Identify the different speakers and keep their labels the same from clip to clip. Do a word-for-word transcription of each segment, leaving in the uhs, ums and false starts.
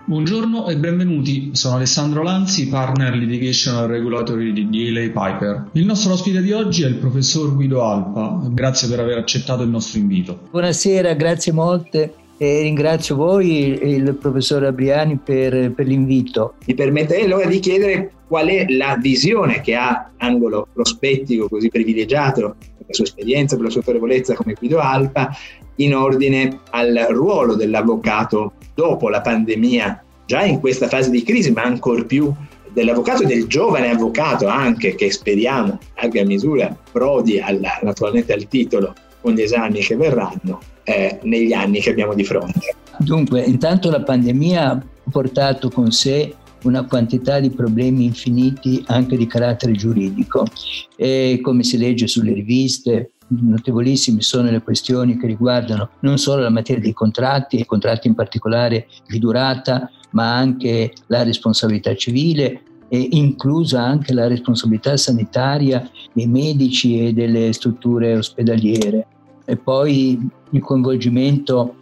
Speaker 1: Buongiorno e benvenuti, sono Alessandro Lanzi, Partner Litigation and Regulatory di D L A Piper. Il nostro ospite di oggi è il professor Guido Alpa, grazie per aver accettato il nostro invito.
Speaker 2: Buonasera, grazie molte e ringrazio voi e il professor Abriani per, per l'invito.
Speaker 3: Mi permetterei allora di chiedere qual è la visione che ha Angolo Prospettico, così privilegiato per la sua esperienza, per la sua autorevolezza come Guido Alpa, in ordine al ruolo dell'avvocato dopo la pandemia, già in questa fase di crisi, ma ancor più dell'avvocato e del giovane avvocato anche, che speriamo a larga misura prodi alla, naturalmente al titolo con gli esami che verranno eh, negli anni che abbiamo di fronte.
Speaker 2: Dunque, intanto la pandemia ha portato con sé una quantità di problemi infiniti anche di carattere giuridico e, come si legge sulle riviste, notevolissime sono le questioni che riguardano non solo la materia dei contratti, i contratti in particolare di durata, ma anche la responsabilità civile e inclusa anche la responsabilità sanitaria dei medici e delle strutture ospedaliere. E poi il coinvolgimento,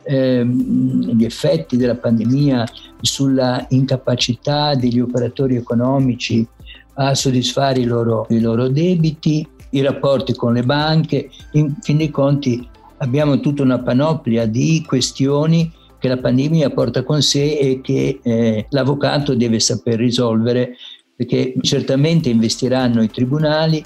Speaker 2: ehm, gli effetti della pandemia sulla incapacità degli operatori economici a soddisfare i loro, i loro debiti, i rapporti con le banche. In fin dei conti abbiamo tutta una panoplia di questioni che la pandemia porta con sé e che eh, l'avvocato deve saper risolvere, perché certamente investiranno i tribunali.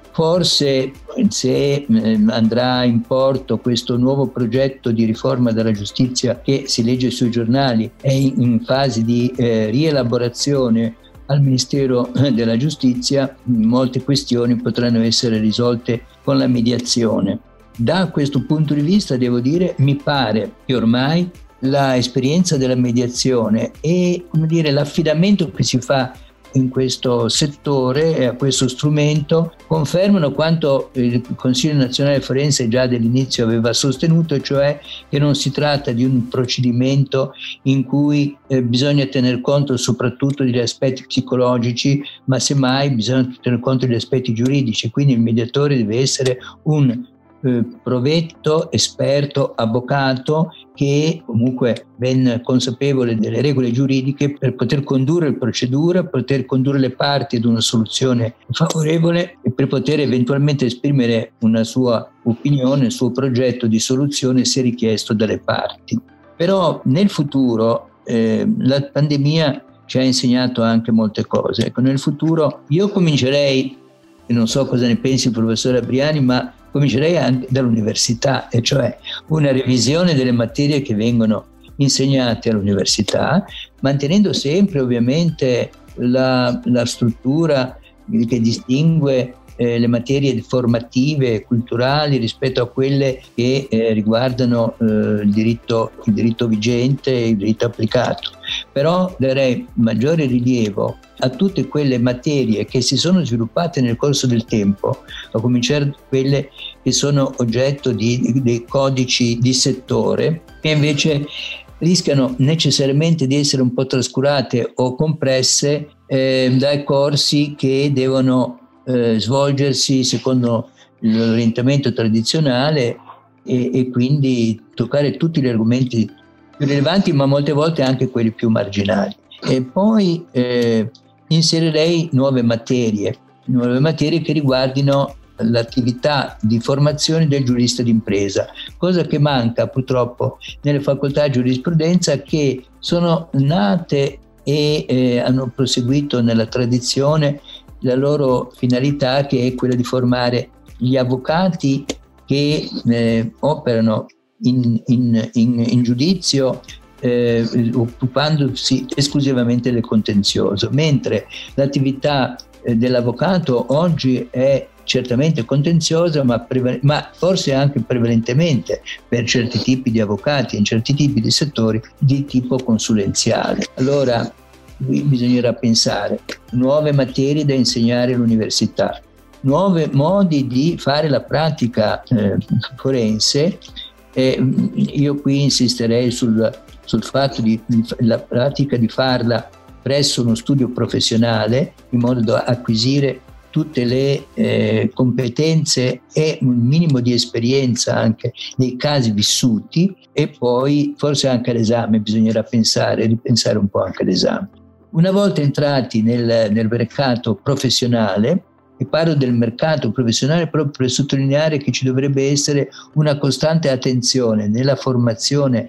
Speaker 2: Forse se eh, andrà in porto questo nuovo progetto di riforma della giustizia che si legge sui giornali, è in, in fase di eh, rielaborazione al Ministero della Giustizia, molte questioni potranno essere risolte con la mediazione. Da questo punto di vista devo dire, mi pare che ormai l'esperienza della mediazione e, come dire, l'affidamento che si fa in questo settore e a questo strumento confermano quanto il Consiglio Nazionale Forense già dall'inizio aveva sostenuto, cioè che non si tratta di un procedimento in cui eh, bisogna tener conto soprattutto degli aspetti psicologici, ma semmai bisogna tener conto degli aspetti giuridici. Quindi il mediatore deve essere un eh, provetto, esperto, avvocato che comunque ben consapevole delle regole giuridiche per poter condurre la procedura, poter condurre le parti ad una soluzione favorevole e per poter eventualmente esprimere una sua opinione, il suo progetto di soluzione se richiesto dalle parti. Però nel futuro eh, la pandemia ci ha insegnato anche molte cose. Ecco, nel futuro io comincerei, e non so cosa ne pensi il professore Abriani, ma comincerei anche dall'università, e cioè una revisione delle materie che vengono insegnate all'università, mantenendo sempre ovviamente la, la struttura che distingue eh, le materie formative e culturali rispetto a quelle che eh, riguardano eh, il diritto, il diritto vigente e il diritto applicato. Però darei maggiore rilievo a tutte quelle materie che si sono sviluppate nel corso del tempo, a cominciare da quelle che sono oggetto di, dei codici di settore, che invece rischiano necessariamente di essere un po' trascurate o compresse eh, dai corsi che devono eh, svolgersi secondo l'orientamento tradizionale e, e quindi toccare tutti gli argomenti più rilevanti, ma molte volte anche quelli più marginali. E poi eh, inserirei nuove materie, nuove materie che riguardino l'attività di formazione del giurista d'impresa, cosa che manca purtroppo nelle facoltà di giurisprudenza, che sono nate e eh, hanno proseguito nella tradizione la loro finalità, che è quella di formare gli avvocati che eh, operano in, in, in, in giudizio eh, occupandosi esclusivamente del contenzioso, mentre l'attività eh, dell'avvocato oggi è certamente contenziosa, ma, preval- ma forse anche prevalentemente per certi tipi di avvocati, in certi tipi di settori, di tipo consulenziale. Allora qui bisognerà pensare nuove materie da insegnare all'università, nuovi modi di fare la pratica eh, forense. Eh, io qui insisterei sul, sul fatto di, di la pratica di farla presso uno studio professionale, in modo da acquisire tutte le eh, competenze e un minimo di esperienza anche nei casi vissuti, e poi forse anche all'esame bisognerà pensare, ripensare un po' anche all'esame. Una volta entrati nel, nel mercato professionale, e parlo del mercato professionale proprio per sottolineare che ci dovrebbe essere una costante attenzione nella formazione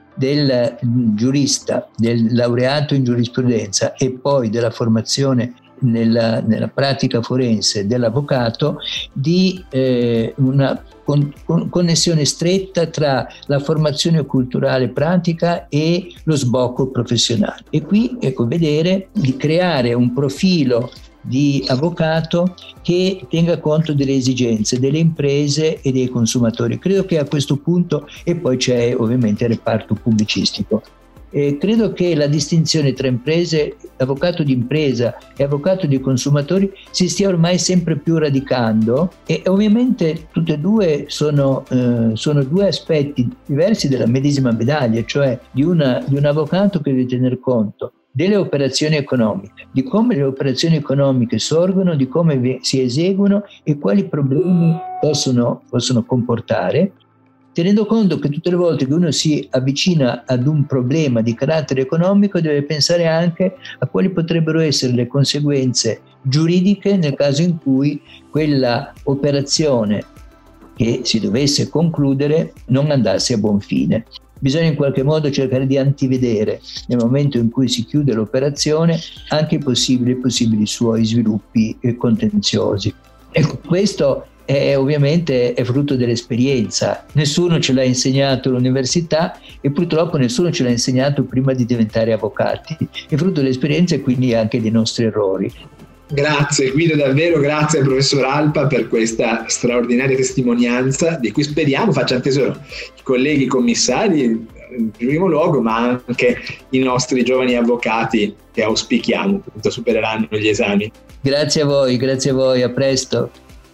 Speaker 2: del giurista, del laureato in giurisprudenza e poi della formazione nella, nella pratica forense dell'avvocato, di eh, una con, con, connessione stretta tra la formazione culturale pratica e lo sbocco professionale. E qui, ecco, vedere di creare un profilo di avvocato che tenga conto delle esigenze delle imprese e dei consumatori. Credo che a questo punto, e poi c'è ovviamente il reparto pubblicistico. E credo che la distinzione tra imprese, avvocato di impresa e avvocato di consumatori si stia ormai sempre più radicando, e ovviamente tutte e due sono, eh, sono due aspetti diversi della medesima medaglia, cioè di, una, di un avvocato che deve tener conto delle operazioni economiche, di come le operazioni economiche sorgono, di come si eseguono e quali problemi possono, possono comportare, tenendo conto che tutte le volte che uno si avvicina ad un problema di carattere economico deve pensare anche a quali potrebbero essere le conseguenze giuridiche nel caso in cui quella operazione che si dovesse concludere non andasse a buon fine. Bisogna in qualche modo cercare di antivedere, nel momento in cui si chiude l'operazione, anche i possibili, possibili suoi sviluppi contenziosi. Ecco, questo è ovviamente è frutto dell'esperienza. Nessuno ce l'ha insegnato all'università e purtroppo nessuno ce l'ha insegnato prima di diventare avvocati. È frutto dell'esperienza e quindi anche dei nostri errori.
Speaker 3: Grazie Guido, davvero grazie al professor Alpa per questa straordinaria testimonianza di cui speriamo facciano tesoro i colleghi commissari in primo luogo, ma anche i nostri giovani avvocati che auspichiamo appunto supereranno gli esami.
Speaker 2: Grazie a voi, grazie a voi, a presto.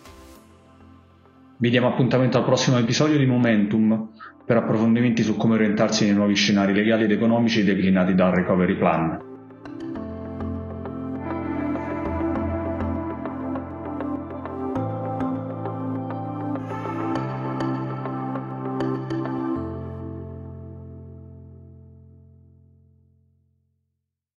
Speaker 1: Vi diamo appuntamento al prossimo episodio di Momentum per approfondimenti su come orientarsi nei nuovi scenari legali ed economici declinati dal Recovery Plan.